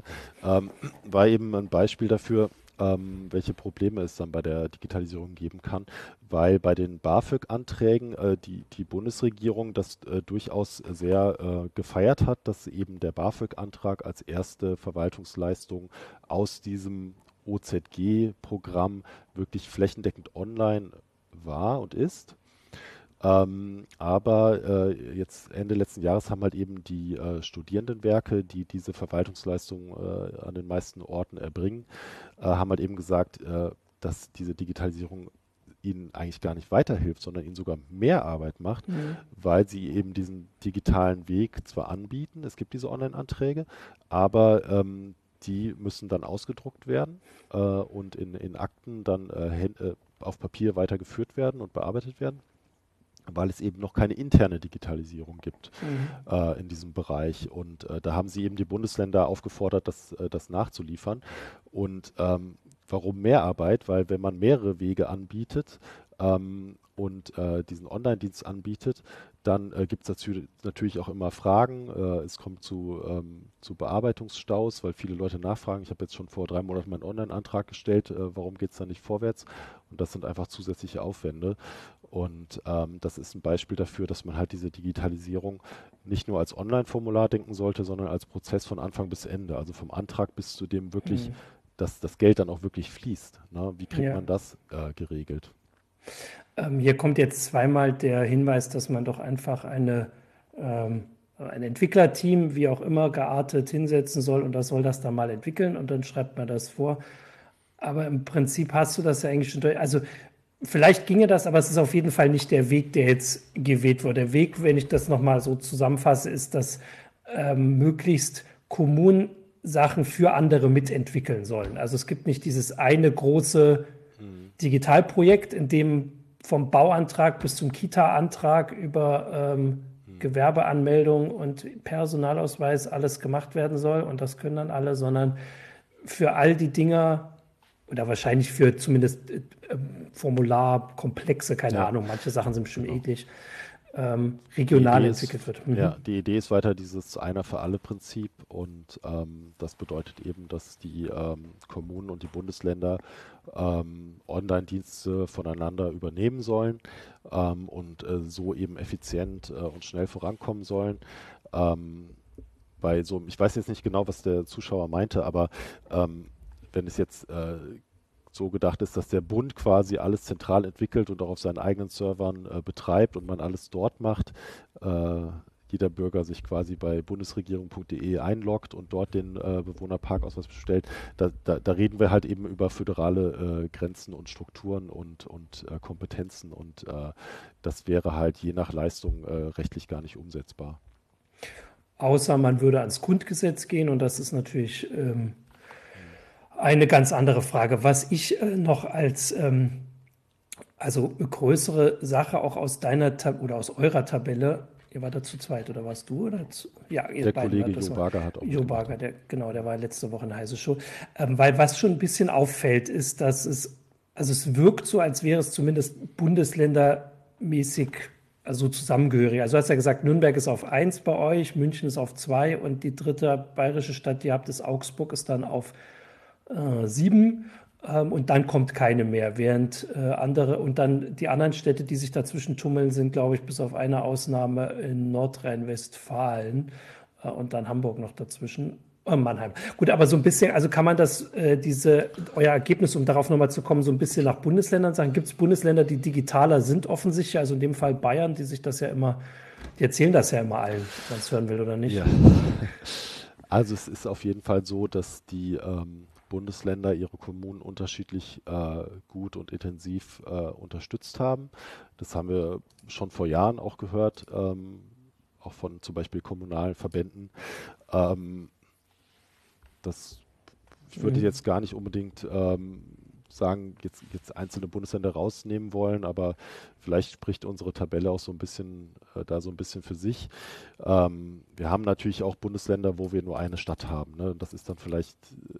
war eben ein Beispiel dafür, welche Probleme es dann bei der Digitalisierung geben kann, weil bei den BAföG-Anträgen die Bundesregierung das durchaus sehr gefeiert hat, dass eben der BAföG-Antrag als erste Verwaltungsleistung aus diesem OZG-Programm wirklich flächendeckend online war und ist. Aber jetzt Ende letzten Jahres haben halt eben die Studierendenwerke, die diese Verwaltungsleistungen an den meisten Orten erbringen, haben halt eben gesagt, dass diese Digitalisierung ihnen eigentlich gar nicht weiterhilft, sondern ihnen sogar mehr Arbeit macht, weil sie eben diesen digitalen Weg zwar anbieten, es gibt diese Online-Anträge, aber die müssen dann ausgedruckt werden und in Akten dann auf Papier weitergeführt werden und bearbeitet werden. weil es eben noch keine interne Digitalisierung gibt Mhm. in diesem Bereich. Und da haben sie eben die Bundesländer aufgefordert, das nachzuliefern. Und warum Mehrarbeit? Weil wenn man mehrere Wege anbietet und diesen Online-Dienst anbietet, dann gibt es natürlich auch immer Fragen. Es kommt zu Bearbeitungsstaus, weil viele Leute nachfragen. Ich habe jetzt schon vor 3 Monaten meinen Online-Antrag gestellt. Warum geht es da nicht vorwärts? Und das sind einfach zusätzliche Aufwände. Und das ist ein Beispiel dafür, dass man halt diese Digitalisierung nicht nur als Online-Formular denken sollte, sondern als Prozess von Anfang bis Ende. Also vom Antrag bis zu dem wirklich, Mhm. dass das Geld dann auch wirklich fließt. Ne? Wie kriegt Ja. man das geregelt? Hier kommt jetzt zweimal der Hinweis, dass man doch einfach ein Entwicklerteam, wie auch immer, geartet hinsetzen soll und das soll das dann mal entwickeln und dann schreibt man das vor. Aber im Prinzip hast du das ja eigentlich schon durch. Also vielleicht ginge das, aber es ist auf jeden Fall nicht der Weg, der jetzt gewählt wurde. Der Weg, wenn ich das nochmal so zusammenfasse, ist, dass möglichst Kommunen Sachen für andere mitentwickeln sollen. Also es gibt nicht dieses eine große Mhm. Digitalprojekt, in dem vom Bauantrag bis zum Kita-Antrag über Mhm. Gewerbeanmeldung und Personalausweis alles gemacht werden soll und das können dann alle, sondern für all die Dinger oder wahrscheinlich für zumindest Formularkomplexe, keine Ja, Ahnung, manche Sachen sind bestimmt genau. ähnlich, Die regional Idee ist, entwickelt wird. ja, Mhm. die Idee ist weiter dieses Einer für alle Prinzip und das bedeutet eben, dass die Kommunen und die Bundesländer Online-Dienste voneinander übernehmen sollen und so eben effizient und schnell vorankommen sollen. Ähm, ich weiß jetzt nicht genau, was der Zuschauer meinte, aber wenn es jetzt so gedacht ist, dass der Bund quasi alles zentral entwickelt und auch auf seinen eigenen Servern betreibt und man alles dort macht, äh, jeder Bürger sich quasi bei bundesregierung.de einloggt und dort den Bewohnerparkausweis bestellt, da reden wir halt eben über föderale Grenzen und Strukturen und Kompetenzen und das wäre halt je nach Leistung rechtlich gar nicht umsetzbar. Außer man würde ans Grundgesetz gehen und das ist natürlich Hm. eine ganz andere Frage. Was ich noch als also größere Sache auch aus deiner oder aus eurer Tabelle, ihr wart da zu zweit oder warst du? Oder ja, ihr Der beiden Kollege wart, das Jo war Barger hat auch Jo mitgemacht. Barger, genau, der war letzte Woche in der Heise Show. Weil was schon ein bisschen auffällt, ist, also es wirkt so, als wäre es zumindest bundesländermäßig also zusammengehörig. Also du hast ja gesagt, Nürnberg ist auf 1 bei euch, München ist auf 2 und die dritte bayerische Stadt, die ihr habt, ist Augsburg, ist dann auf 7 und dann kommt keine mehr, während andere und dann die anderen Städte, die sich dazwischen tummeln, sind, glaube ich, bis auf eine Ausnahme in Nordrhein-Westfalen und dann Hamburg noch dazwischen. Mannheim. Gut, aber so ein bisschen, also kann man euer Ergebnis, um darauf nochmal zu kommen, so ein bisschen nach Bundesländern sagen? Gibt es Bundesländer, die digitaler sind, offensichtlich? Also in dem Fall Bayern, die sich das ja immer, die erzählen das ja immer allen, ob man es hören will oder nicht. Ja. Also es ist auf jeden Fall so, dass die Bundesländer ihre Kommunen unterschiedlich gut und intensiv unterstützt haben. Das haben wir schon vor Jahren auch gehört, auch von zum Beispiel kommunalen Verbänden. Ähm, das Ich würde Mhm. jetzt gar nicht unbedingt sagen, jetzt einzelne Bundesländer rausnehmen wollen, aber vielleicht spricht unsere Tabelle auch so ein bisschen da so ein bisschen für sich. Wir haben natürlich auch Bundesländer, wo wir nur eine Stadt haben. Ne? Das ist dann vielleicht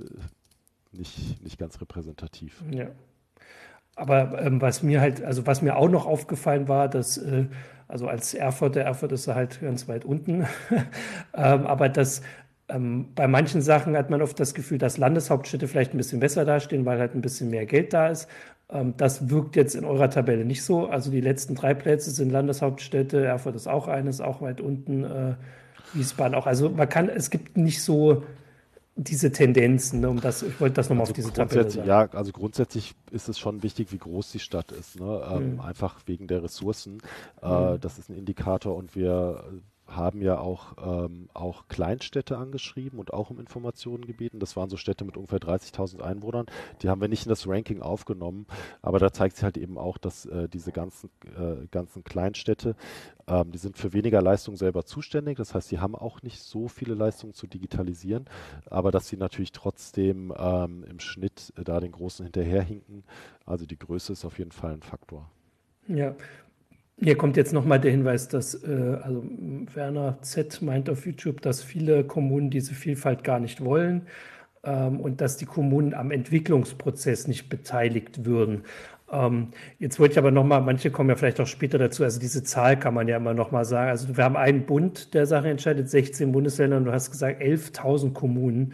nicht ganz repräsentativ. Ja. Aber was mir halt, also was mir auch noch aufgefallen war, dass, also als Erfurt ist halt ganz weit unten, aber dass bei manchen Sachen hat man oft das Gefühl, dass Landeshauptstädte vielleicht ein bisschen besser dastehen, weil halt ein bisschen mehr Geld da ist. Das wirkt jetzt in eurer Tabelle nicht so. Also die letzten 3 Plätze sind Landeshauptstädte, Erfurt ist auch eines, auch weit unten, Wiesbaden auch. Also es gibt nicht so diese Tendenzen, ne, ich wollte das nochmal auf diese Tabelle sagen. Also grundsätzlich ist es schon wichtig, wie groß die Stadt ist, ne? Hm, Einfach wegen der Ressourcen. hm, Das ist ein Indikator und wir haben ja auch Kleinstädte angeschrieben und auch um Informationen gebeten. Das waren so Städte mit ungefähr 30.000 Einwohnern. Die haben wir nicht in das Ranking aufgenommen, aber da zeigt sich halt eben auch, dass diese ganzen Kleinstädte, die sind für weniger Leistung selber zuständig. Das heißt, sie haben auch nicht so viele Leistungen zu digitalisieren, aber dass sie natürlich trotzdem im Schnitt da den Großen hinterherhinken. Also die Größe ist auf jeden Fall ein Faktor. ja. Hier kommt jetzt nochmal der Hinweis, dass also Werner Z. meint auf YouTube, dass viele Kommunen diese Vielfalt gar nicht wollen und dass die Kommunen am Entwicklungsprozess nicht beteiligt würden. Jetzt wollte ich aber nochmal, manche kommen ja vielleicht auch später dazu, also diese Zahl kann man ja immer nochmal sagen. Also wir haben einen Bund, der Sache entscheidet, 16 Bundesländer und du hast gesagt 11.000 Kommunen.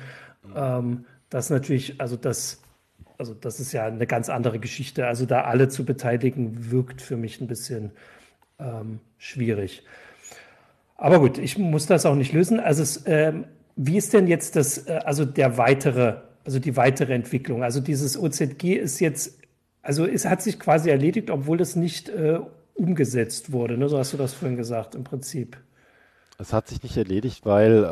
Das natürlich, also das ist ja eine ganz andere Geschichte. Also da alle zu beteiligen, wirkt für mich ein bisschen schwierig. Aber gut, ich muss das auch nicht lösen. Wie ist denn jetzt also die weitere Entwicklung? Also dieses OZG ist jetzt, also es hat sich quasi erledigt, obwohl das nicht umgesetzt wurde. Ne? So hast du das vorhin gesagt, im Prinzip. Es hat sich nicht erledigt, weil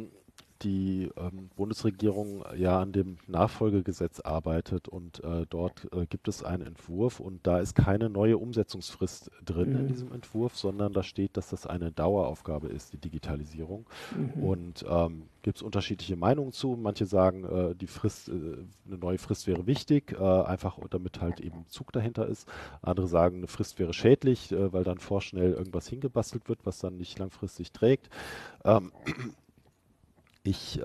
die Bundesregierung ja an dem Nachfolgegesetz arbeitet und dort gibt es einen Entwurf und da ist keine neue Umsetzungsfrist drin in diesem Entwurf, sondern da steht, dass das eine Daueraufgabe ist, die Digitalisierung. Und gibt es unterschiedliche Meinungen zu. Manche sagen, eine neue Frist wäre wichtig, einfach damit halt eben Zug dahinter ist. Andere sagen, eine Frist wäre schädlich, weil dann vorschnell irgendwas hingebastelt wird, was dann nicht langfristig trägt. Ähm, Ich,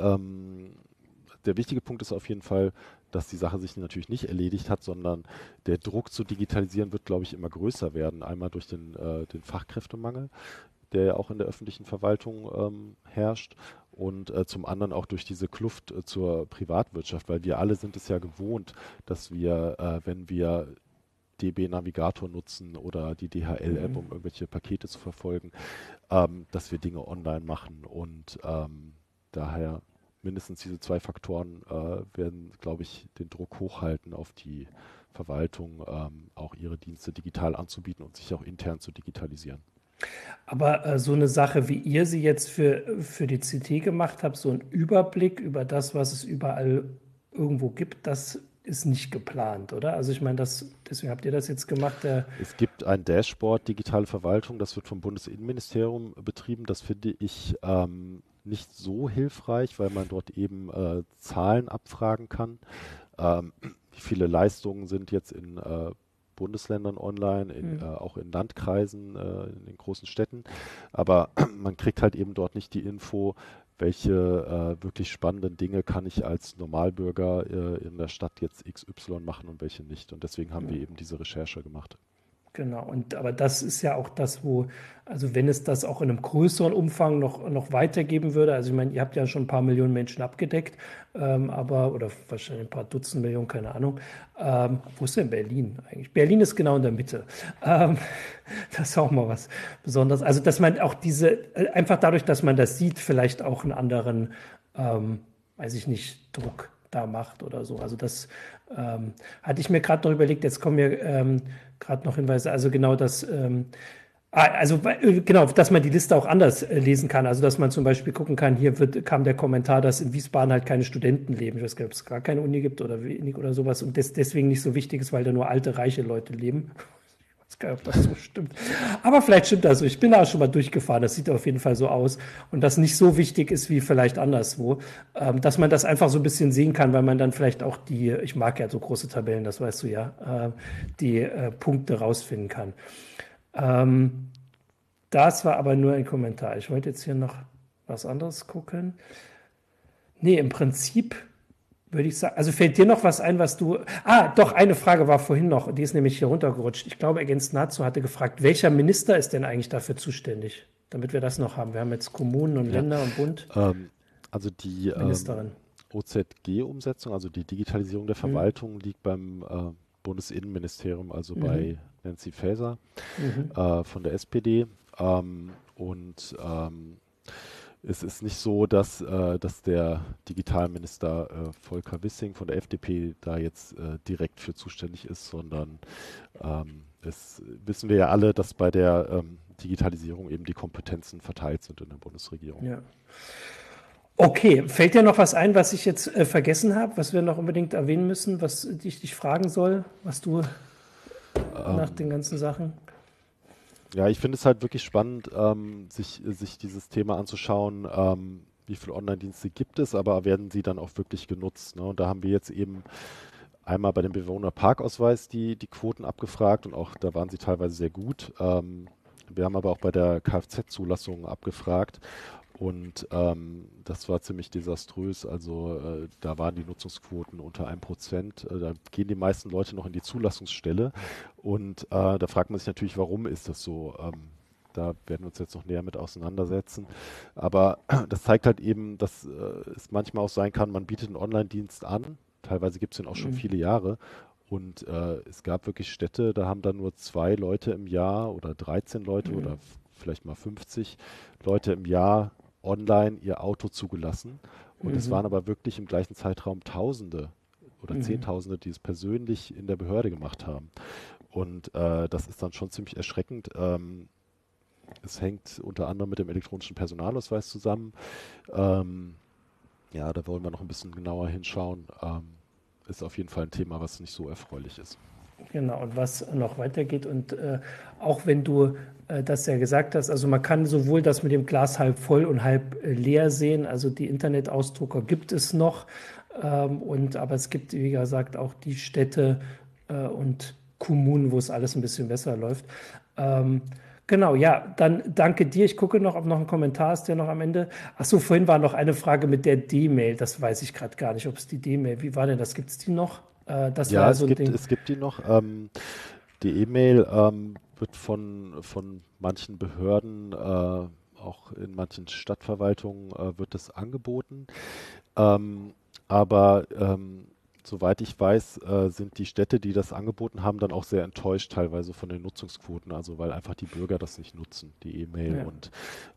Der wichtige Punkt ist auf jeden Fall, dass die Sache sich natürlich nicht erledigt hat, sondern der Druck zu digitalisieren wird, glaube ich, immer größer werden. Einmal durch den Fachkräftemangel, der ja auch in der öffentlichen Verwaltung herrscht und zum anderen auch durch diese Kluft zur Privatwirtschaft, weil wir alle sind es ja gewohnt, dass wir, wenn wir DB Navigator nutzen oder die DHL-App, um irgendwelche Pakete zu verfolgen, dass wir Dinge online machen und daher mindestens diese zwei Faktoren werden, glaube ich, den Druck hochhalten auf die Verwaltung, auch ihre Dienste digital anzubieten und sich auch intern zu digitalisieren. Aber so eine Sache, wie ihr sie jetzt für die CT gemacht habt, so ein Überblick über das, was es überall irgendwo gibt, das ist nicht geplant, oder? Also ich meine, deswegen habt ihr das jetzt gemacht. Es gibt ein Dashboard Digitale Verwaltung, das wird vom Bundesinnenministerium betrieben. Das finde ich nicht so hilfreich, weil man dort eben Zahlen abfragen kann. Wie viele Leistungen sind jetzt in Bundesländern online, auch in Landkreisen, in den großen Städten. Aber man kriegt halt eben dort nicht die Info, welche wirklich spannenden Dinge kann ich als Normalbürger in der Stadt jetzt XY machen und welche nicht. Und deswegen haben wir eben diese Recherche gemacht. Genau, aber das ist ja auch das, also wenn es das auch in einem größeren Umfang noch weitergeben würde, also ich meine, ihr habt ja schon ein paar Millionen Menschen abgedeckt, oder wahrscheinlich ein paar Dutzend Millionen, keine Ahnung. Wo ist denn Berlin eigentlich? Berlin ist genau in der Mitte. Das ist auch mal was Besonderes. Also, dass man auch einfach dadurch, dass man das sieht, vielleicht auch einen anderen, weiß ich nicht, Druck da macht oder so. Also das hatte ich mir gerade noch überlegt, jetzt kommen mir gerade noch Hinweise, also genau das, genau, dass man die Liste auch anders lesen kann. Also dass man zum Beispiel gucken kann, kam der Kommentar, dass in Wiesbaden halt keine Studenten leben. Ich weiß gar nicht, ob es gar keine Uni gibt oder wenig oder sowas und deswegen nicht so wichtig ist, weil da nur alte, reiche Leute leben. Ich weiß gar nicht, ob das so stimmt. Aber vielleicht stimmt das so. Ich bin da schon mal durchgefahren. Das sieht auf jeden Fall so aus. Und das nicht so wichtig ist wie vielleicht anderswo. Dass man das einfach so ein bisschen sehen kann, weil man dann vielleicht auch ich mag ja so große Tabellen, das weißt du ja, die Punkte rausfinden kann. Das war aber nur ein Kommentar. Ich wollte jetzt hier noch was anderes gucken. Nee, im Prinzip würde ich sagen, also fällt dir noch was ein, was du. Doch, eine Frage war vorhin noch, die ist nämlich hier runtergerutscht. Ich glaube, Ergänzt Nazo hatte gefragt, welcher Minister ist denn eigentlich dafür zuständig, damit wir das noch haben. Wir haben jetzt Kommunen und Länder und Bund. Also die Ministerin. OZG-Umsetzung, also die Digitalisierung der Verwaltung, liegt beim Bundesinnenministerium, also bei Nancy Faeser von der SPD. Es ist nicht so, dass der Digitalminister Volker Wissing von der FDP da jetzt direkt für zuständig ist, sondern es wissen wir ja alle, dass bei der Digitalisierung eben die Kompetenzen verteilt sind in der Bundesregierung. Ja. Okay, fällt dir noch was ein, was ich jetzt vergessen habe, was wir noch unbedingt erwähnen müssen, was ich dich fragen soll, was du nach den ganzen Sachen? Ja, ich finde es halt wirklich spannend, sich dieses Thema anzuschauen, wie viele Online-Dienste gibt es, aber werden sie dann auch wirklich genutzt? Ne? Und da haben wir jetzt eben einmal bei dem Bewohnerparkausweis die Quoten abgefragt und auch da waren sie teilweise sehr gut. Wir haben aber auch bei der Kfz-Zulassung abgefragt und das war ziemlich desaströs. Also da waren die Nutzungsquoten unter 1%. Da gehen die meisten Leute noch in die Zulassungsstelle und da fragt man sich natürlich, warum ist das so? Da werden wir uns jetzt noch näher mit auseinandersetzen. Aber das zeigt halt eben, dass es manchmal auch sein kann, man bietet einen Online-Dienst an. Teilweise gibt es den auch schon viele Jahre. Und es gab wirklich Städte, da haben dann nur 2 Leute im Jahr oder 13 Leute oder vielleicht mal 50 Leute im Jahr online ihr Auto zugelassen. Und es waren aber wirklich im gleichen Zeitraum Tausende oder Zehntausende, die es persönlich in der Behörde gemacht haben. Und das ist dann schon ziemlich erschreckend. Es hängt unter anderem mit dem elektronischen Personalausweis zusammen. Ja, da wollen wir noch ein bisschen genauer hinschauen. Ist auf jeden Fall ein Thema, was nicht so erfreulich ist. Genau, und was noch weitergeht. Und auch wenn du das ja gesagt hast, also man kann sowohl das mit dem Glas halb voll und halb leer sehen, also die Internetausdrucker gibt es noch, aber es gibt, wie gesagt, auch die Städte und Kommunen, wo es alles ein bisschen besser läuft. Genau, ja, dann danke dir. Ich gucke noch, ob noch ein Kommentar ist, der noch am Ende. Ach so, vorhin war noch eine Frage mit der D-Mail. Das weiß ich gerade gar nicht, ob es die D-Mail, wie war denn das? Gibt es die noch? Das war Ja, ja so ein Ding. es gibt die noch. Die E-Mail wird von manchen Behörden, auch in manchen Stadtverwaltungen wird es angeboten. Aber soweit ich weiß, sind die Städte, die das angeboten haben, dann auch sehr enttäuscht teilweise von den Nutzungsquoten, also weil einfach die Bürger das nicht nutzen, die E-Mail. Ja. Und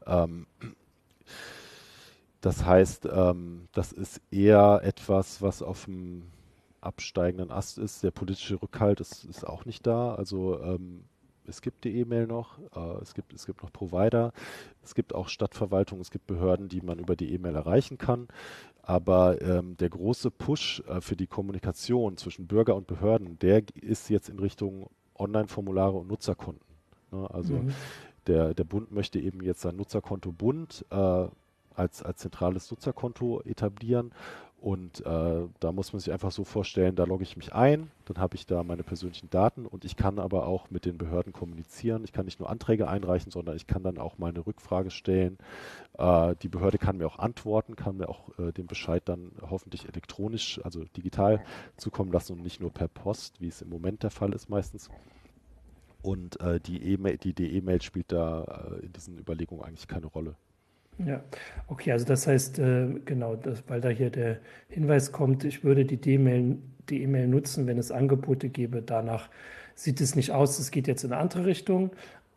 das heißt, das ist eher etwas, was auf dem absteigenden Ast ist. Der politische Rückhalt ist auch nicht da. Also es gibt die E-Mail noch, es gibt noch Provider, es gibt auch Stadtverwaltungen, es gibt Behörden, die man über die E-Mail erreichen kann. Aber der große Push für die Kommunikation zwischen Bürger und Behörden, der ist jetzt in Richtung Online-Formulare und Nutzerkonten. Ne? Also der Bund möchte eben jetzt sein Nutzerkonto Bund als zentrales Nutzerkonto etablieren. Und da muss man sich einfach so vorstellen, da logge ich mich ein, dann habe ich da meine persönlichen Daten und ich kann aber auch mit den Behörden kommunizieren. Ich kann nicht nur Anträge einreichen, sondern ich kann dann auch mal eine Rückfrage stellen. Die Behörde kann mir auch antworten, kann mir auch den Bescheid dann hoffentlich elektronisch, also digital zukommen lassen und nicht nur per Post, wie es im Moment der Fall ist meistens. Und die E-Mail spielt da in diesen Überlegungen eigentlich keine Rolle. Ja, okay, also das heißt, genau, weil da hier der Hinweis kommt, ich würde die E-Mail nutzen, wenn es Angebote gäbe. Danach sieht es nicht aus, es geht jetzt in eine andere Richtung.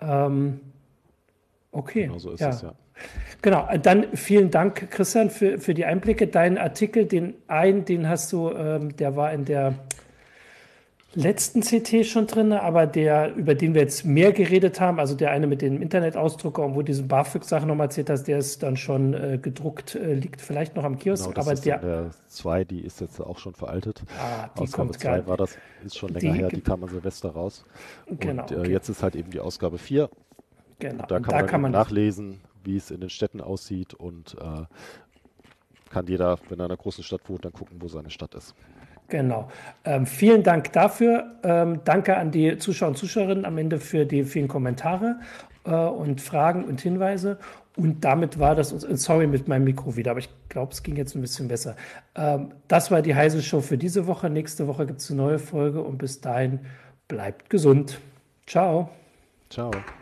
Okay, Genau so ist es, ja. ja. Genau, dann vielen Dank, Christian, für die Einblicke. Deinen Artikel, den hast du, der war in der letzten CT schon drin, aber über den wir jetzt mehr geredet haben, also der eine mit dem Internetausdrucker und wo diese BAföG-Sache nochmal erzählt hast, der ist dann schon gedruckt, liegt vielleicht noch am Kiosk, Genau, das aber ist dann der 2, die ist jetzt auch schon veraltet. die Ausgabe kommt gar 2 war das, ist schon länger her, die kam an Silvester raus. Genau, Und okay. jetzt ist halt eben die Ausgabe 4. Genau. Und da kann man dann eben nachlesen, wie es in den Städten aussieht und kann jeder, wenn er in einer großen Stadt wohnt, dann gucken, wo seine Stadt ist. Genau. Vielen Dank dafür. Danke an die Zuschauer und Zuschauerinnen am Ende für die vielen Kommentare und Fragen und Hinweise. Und damit war das, sorry mit meinem Mikro wieder, aber ich glaube, es ging jetzt ein bisschen besser. Das war die Heise Show für diese Woche. Nächste Woche gibt es eine neue Folge und bis dahin bleibt gesund. Ciao. Ciao.